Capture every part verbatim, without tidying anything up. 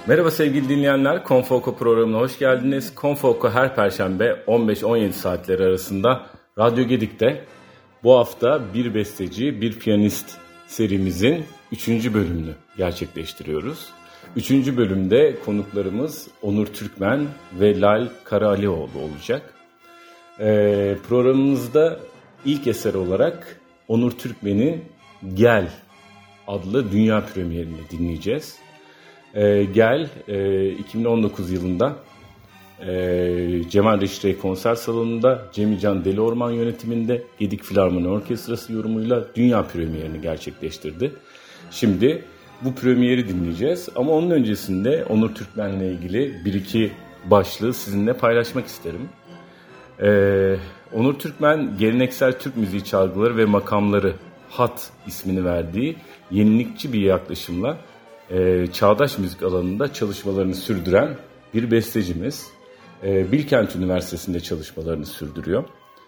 Merhaba sevgili dinleyenler, Konfoko programına hoş geldiniz. Konfoko her Perşembe on beş on yedi saatleri arasında Radyo Gedik'te. Bu hafta bir besteci, bir piyanist serimizin üçüncü bölümünü gerçekleştiriyoruz. Üçüncü bölümde konuklarımız Onur Türkmen ve Lal Karaalioğlu olacak. Ee, programımızda ilk eser olarak Onur Türkmen'in Gel adlı dünya premierini dinleyeceğiz. Ee, Gel e, iki bin on dokuz yılında e, Cemal Reşit Rey Konser Salonu'nda Cemican Deliorman yönetiminde Gedik Filarmoni Orkestrası yorumuyla dünya premierini gerçekleştirdi. Şimdi bu premieri dinleyeceğiz ama onun öncesinde Onur Türkmen'le ilgili bir iki başlığı sizinle paylaşmak isterim. Ee, Onur Türkmen geleneksel Türk müziği çalgıları ve makamları Hat ismini verdiği yenilikçi bir yaklaşımla e, çağdaş müzik alanında çalışmalarını sürdüren bir bestecimiz. E, Bilkent Üniversitesi'nde çalışmalarını sürdürüyor.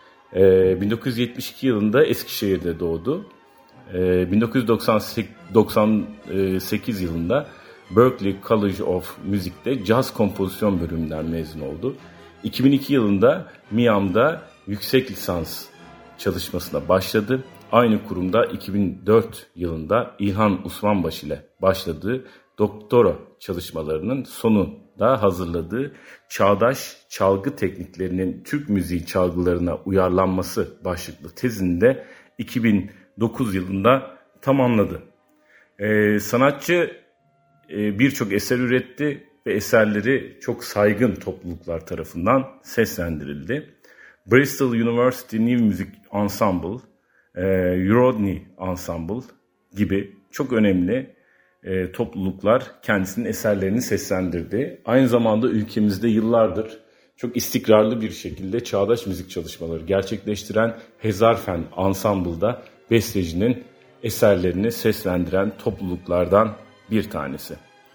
E, bin dokuz yüz yetmiş iki yılında Eskişehir'de doğdu. E, bin dokuz yüz doksan sekiz yılında Berklee College of Music'te caz kompozisyon bölümünden mezun oldu. iki bin iki yılında Miami'da yüksek lisans çalışmasına başladı. Aynı kurumda iki bin dört yılında İlhan Usmanbaşı ile başladığı doktora çalışmalarının sonunda hazırladığı çağdaş çalgı tekniklerinin Türk müziği çalgılarına uyarlanması başlıklı tezinde iki bin dokuz yılında tamamladı. Ee, sanatçı e, birçok eser üretti ve eserleri çok saygın topluluklar tarafından seslendirildi. Bristol University New Music Ensemble, e, Eurodney Ensemble gibi çok önemli e, topluluklar kendisinin eserlerini seslendirdi. Aynı zamanda ülkemizde yıllardır çok istikrarlı bir şekilde çağdaş müzik çalışmaları gerçekleştiren Hezarfen Ensemble'da bestecinin eserlerini seslendiren topluluklardan bir tanesi.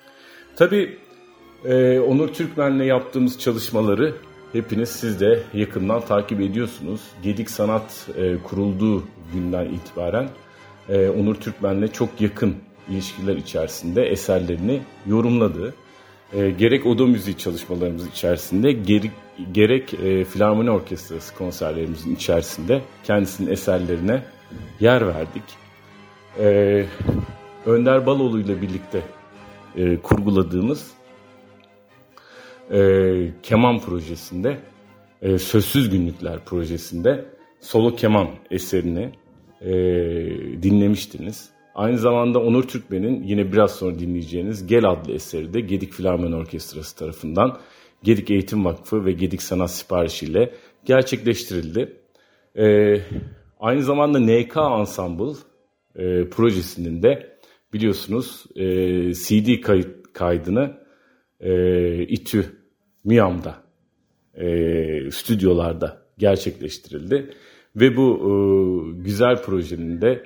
Tabii Ee, Onur Türkmen'le yaptığımız çalışmaları hepiniz siz de yakından takip ediyorsunuz. Gedik Sanat e, kurulduğu günden itibaren e, Onur Türkmen'le çok yakın ilişkiler içerisinde eserlerini yorumladı. E, gerek oda müziği çalışmalarımız içerisinde gerek, gerek e, Filarmoni Orkestrası konserlerimizin içerisinde kendisinin eserlerine yer verdik. E, Önder Baloğlu ile birlikte e, kurguladığımız E, keman projesinde, e, Sözsüz Günlükler projesinde solo keman eserini e, dinlemiştiniz. Aynı zamanda Onur Türkmen'in yine biraz sonra dinleyeceğiniz Gel adlı eseri de Gedik Filarmoni Orkestrası tarafından Gedik Eğitim Vakfı ve Gedik Sanat Siparişi ile gerçekleştirildi. E, aynı zamanda N K Ensemble e, projesinin de biliyorsunuz e, C D kayıt, kaydını E, İTÜ Miami'da e, stüdyolarda gerçekleştirildi ve bu e, güzel projenin de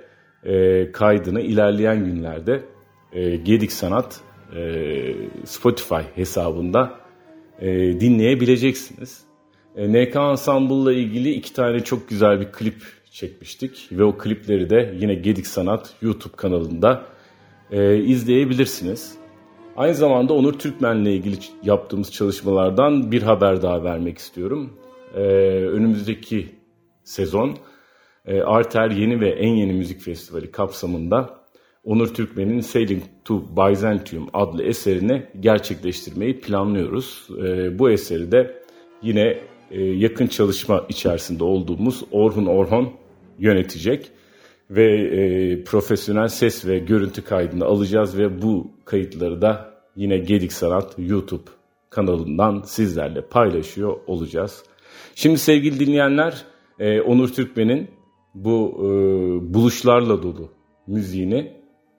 e, kaydını ilerleyen günlerde e, Gedik Sanat e, Spotify hesabında e, dinleyebileceksiniz. E, N K Ensemble'la ilgili iki tane çok güzel bir klip çekmiştik ve o klipleri de yine Gedik Sanat YouTube kanalında e, izleyebilirsiniz. Aynı zamanda Onur Türkmen'le ilgili yaptığımız çalışmalardan bir haber daha vermek istiyorum. Ee, önümüzdeki sezon e, Arter Yeni ve En Yeni Müzik Festivali kapsamında Onur Türkmen'in Sailing to Byzantium adlı eserini gerçekleştirmeyi planlıyoruz. E, bu eseri de yine e, yakın çalışma içerisinde olduğumuz Orhun Orhon yönetecek. Ve e, profesyonel ses ve görüntü kaydını alacağız ve bu kayıtları da yine Gedik Sanat YouTube kanalından sizlerle paylaşıyor olacağız. Şimdi sevgili dinleyenler, e, Onur Türkmen'in bu e, buluşlarla dolu müziğini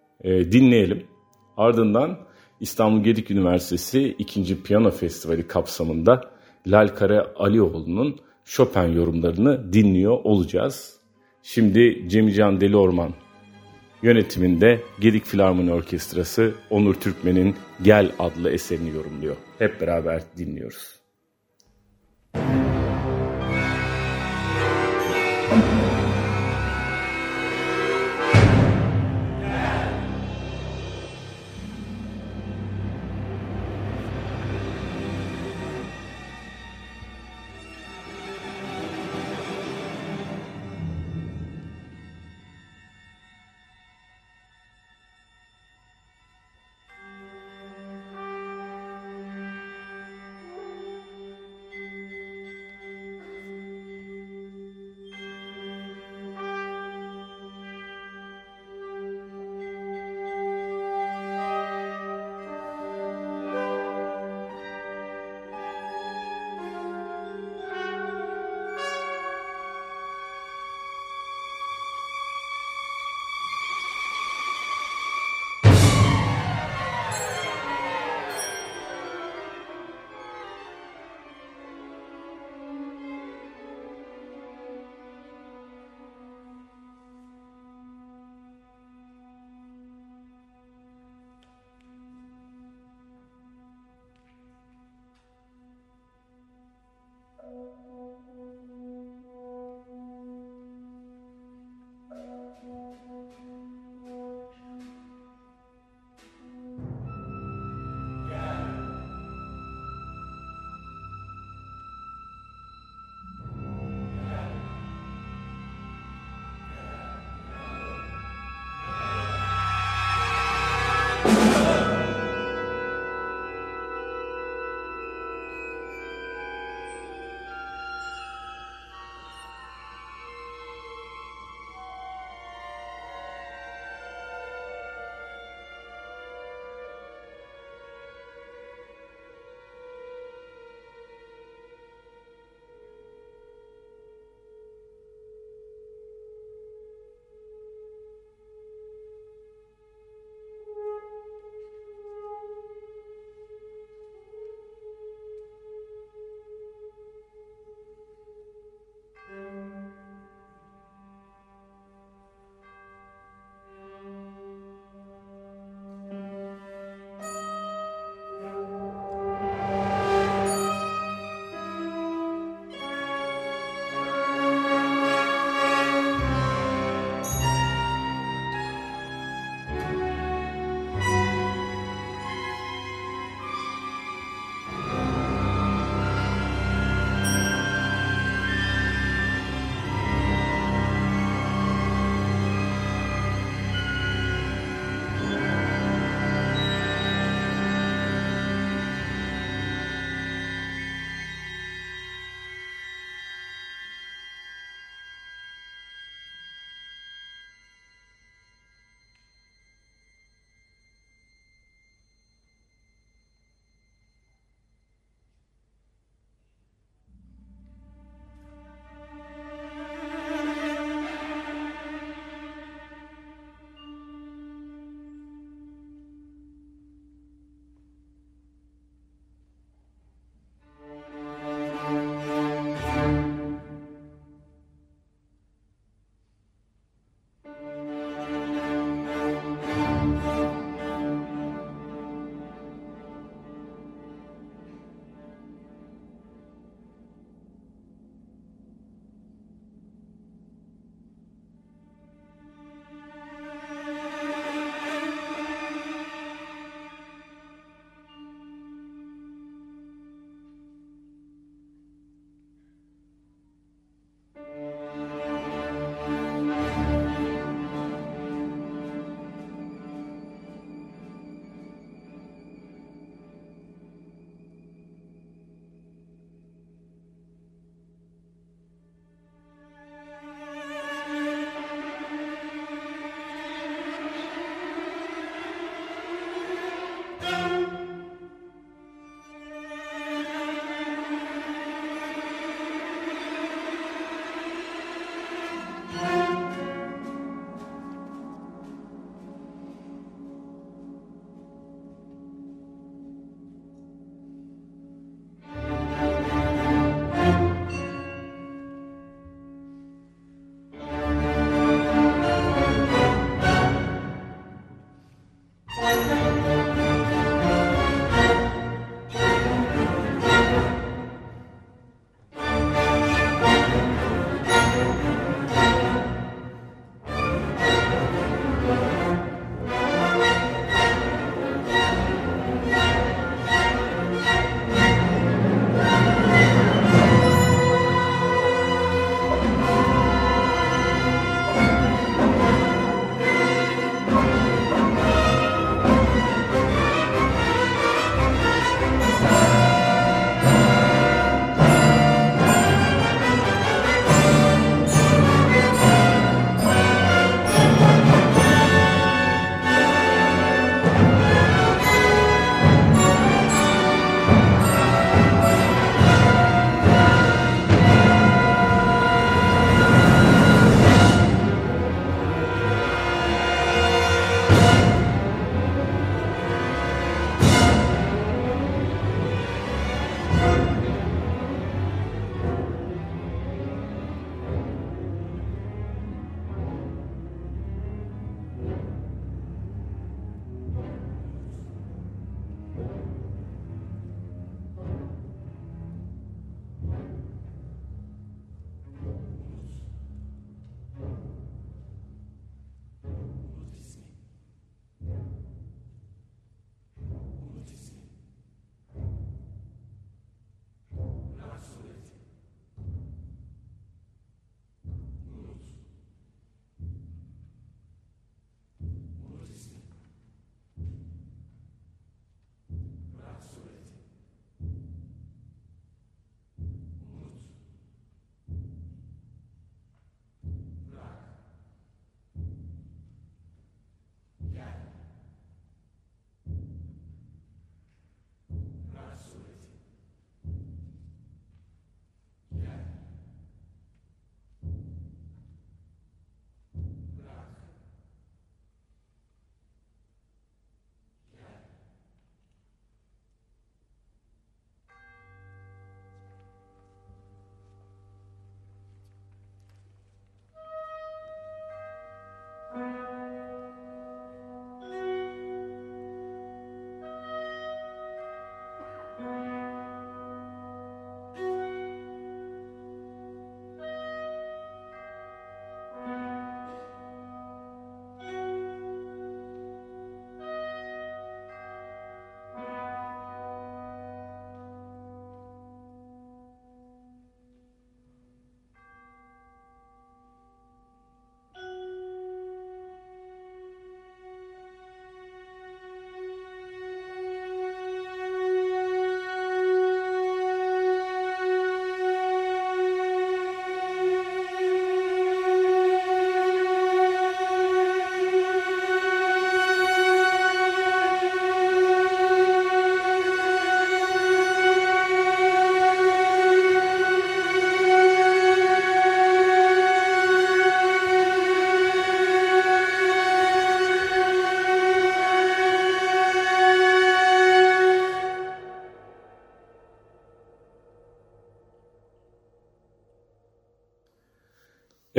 e, dinleyelim. Ardından İstanbul Gedik Üniversitesi ikinci. Piyano Festivali kapsamında Lal Karaalioğlu'nun Chopin yorumlarını dinliyor olacağız. Şimdi Cemican Deliorman yönetiminde Gedik Filarmoni Orkestrası Onur Türkmen'in Gel adlı eserini yorumluyor. Hep beraber dinliyoruz.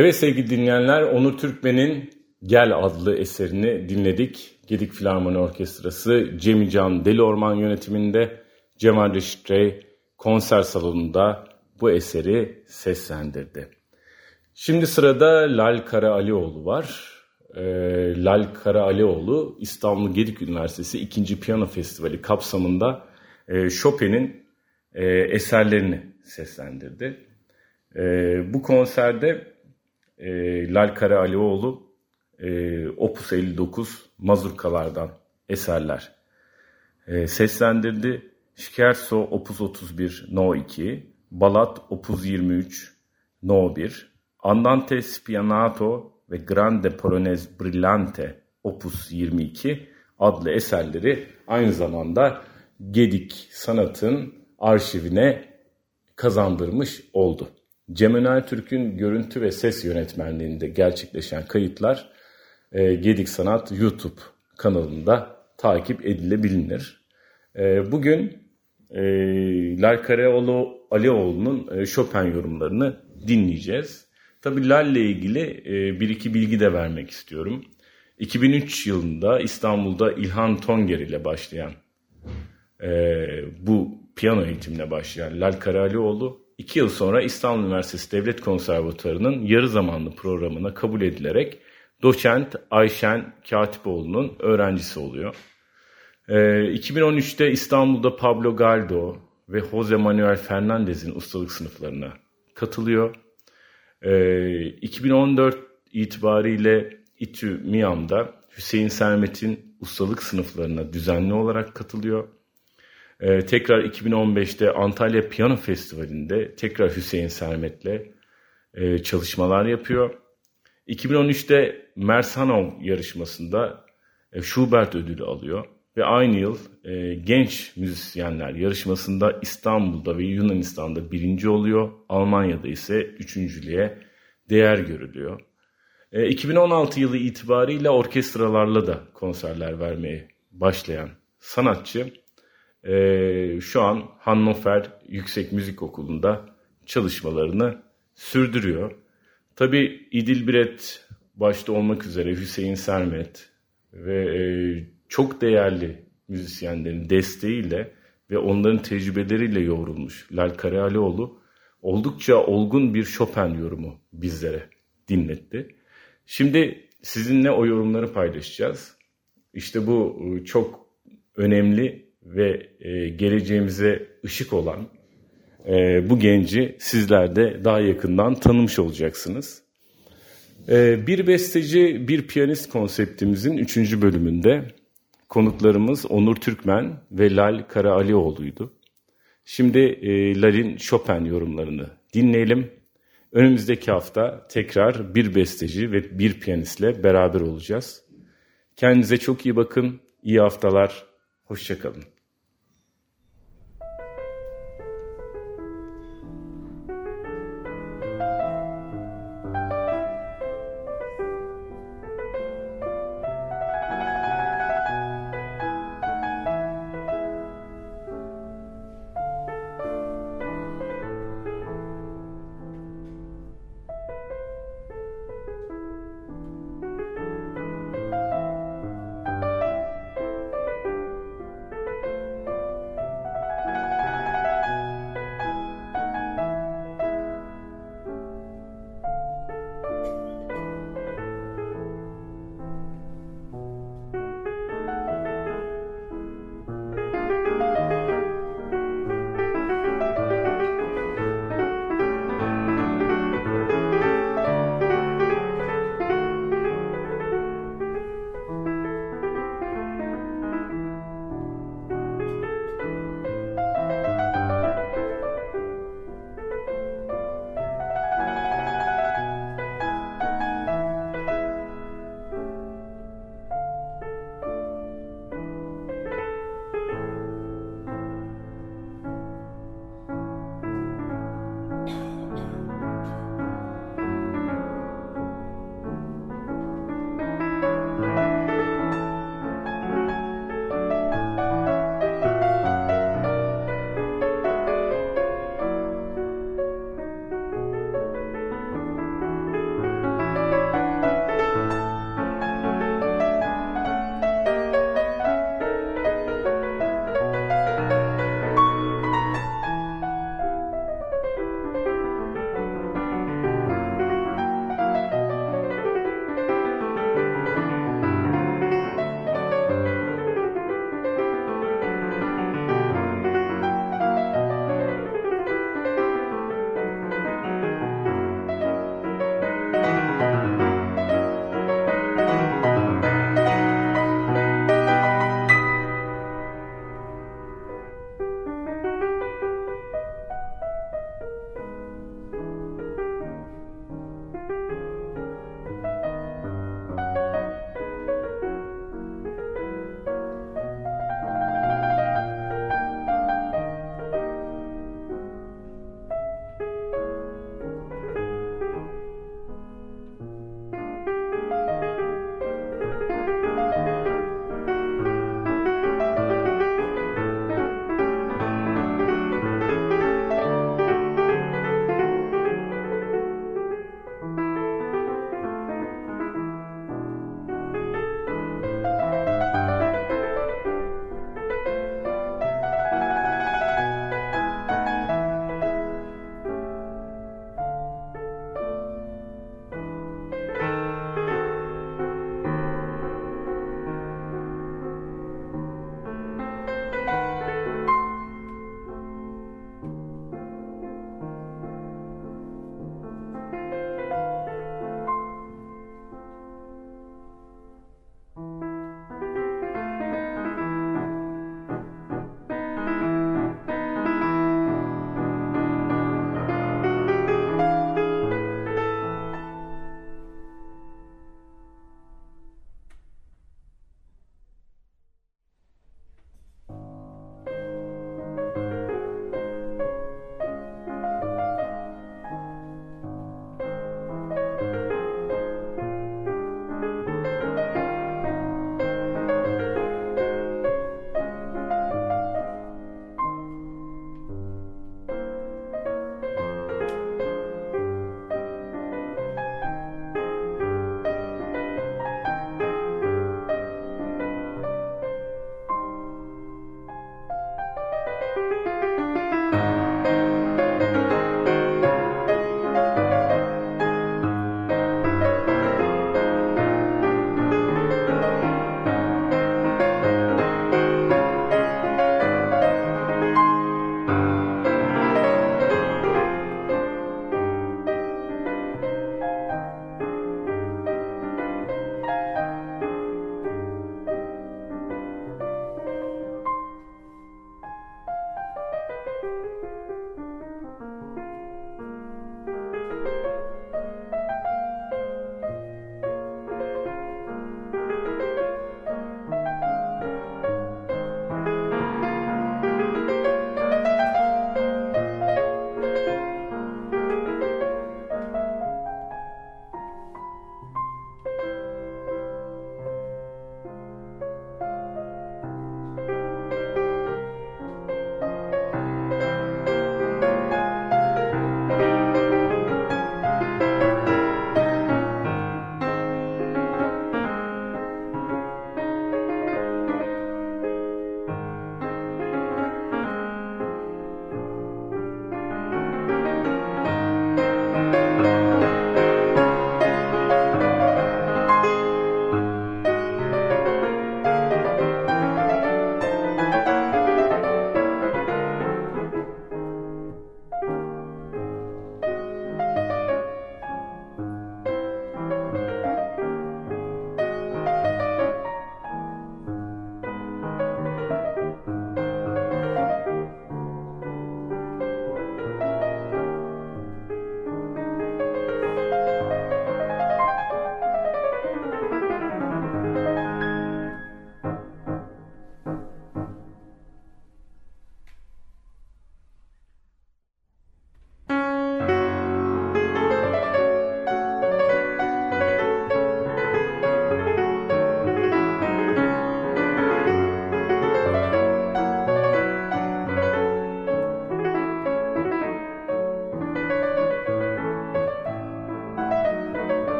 Evet sevgili dinleyenler, Onur Türkmen'in Gel adlı eserini dinledik. Gedik Filarmoni Orkestrası Cem Can Deli Orman yönetiminde Cemal Reşit Rey konser salonunda bu eseri seslendirdi. Şimdi sırada Lal Karaalioğlu var. Ee, Lal Karaalioğlu İstanbul Gedik Üniversitesi ikinci. Piyano Festivali kapsamında e, Chopin'in e, eserlerini seslendirdi. E, bu konserde e, Lal Karaalioğlu e, Opus elli dokuz mazurkalardan eserler e, seslendirdi. Scherzo Opus otuz bir No iki, Balat Opus yirmi üç No bir, Andante Spianato ve Grande Polonaise Brillante Opus yirmi iki adlı eserleri aynı zamanda Gedik Sanat'ın arşivine kazandırmış oldu. Cem Önertürk'ün görüntü ve ses yönetmenliğinde gerçekleşen kayıtlar e, Gedik Sanat YouTube kanalında takip edilebilir. E, bugün e, Lal Karaalioğlu'nun e, Chopin yorumlarını dinleyeceğiz. Tabii Lal ile ilgili e, bir iki bilgi de vermek istiyorum. iki bin üç yılında İstanbul'da İlhan Tonger ile başlayan e, bu piyano eğitimine başlayan Lal Karaalioğlu iki yıl sonra İstanbul Üniversitesi Devlet Konservatuvarı'nın yarı zamanlı programına kabul edilerek doçent Ayşen Katipoğlu'nun öğrencisi oluyor. E, iki bin on üçte İstanbul'da Pablo Galdo ve Jose Manuel Fernandez'in ustalık sınıflarına katılıyor. E, iki bin on dört itibariyle İTÜ MİAM'da Hüseyin Sermet'in ustalık sınıflarına düzenli olarak katılıyor. Ee, tekrar iki bin on beşte Antalya Piyano Festivali'nde tekrar Hüseyin Sermet'le e, çalışmalar yapıyor. iki bin on üçte Mersanov yarışmasında e, Schubert ödülü alıyor. Ve aynı yıl e, genç müzisyenler yarışmasında İstanbul'da ve Yunanistan'da birinci oluyor. Almanya'da ise üçüncülüğe değer görülüyor. E, iki bin on altı yılı itibariyle orkestralarla da konserler vermeye başlayan sanatçı e, şu an Hannover Yüksek Müzik Okulu'nda çalışmalarını sürdürüyor. Tabii İdilbiret başta olmak üzere Hüseyin Sermet ve e, çok değerli müzisyenlerin desteğiyle ve onların tecrübeleriyle yoğrulmuş Lal Karaalioğlu oldukça olgun bir Chopin yorumu bizlere dinletti. Şimdi sizinle o yorumları paylaşacağız. İşte bu çok önemli ve geleceğimize ışık olan bu genci sizler de daha yakından tanımış olacaksınız. Bir besteci, bir piyanist konseptimizin üçüncü bölümünde konuklarımız Onur Türkmen ve Lal Karaalioğlu'ydu. Şimdi Lal'in Chopin yorumlarını dinleyelim. Önümüzdeki hafta tekrar bir besteci ve bir piyanistle beraber olacağız. Kendinize çok iyi bakın. İyi haftalar. Hoşça kalın.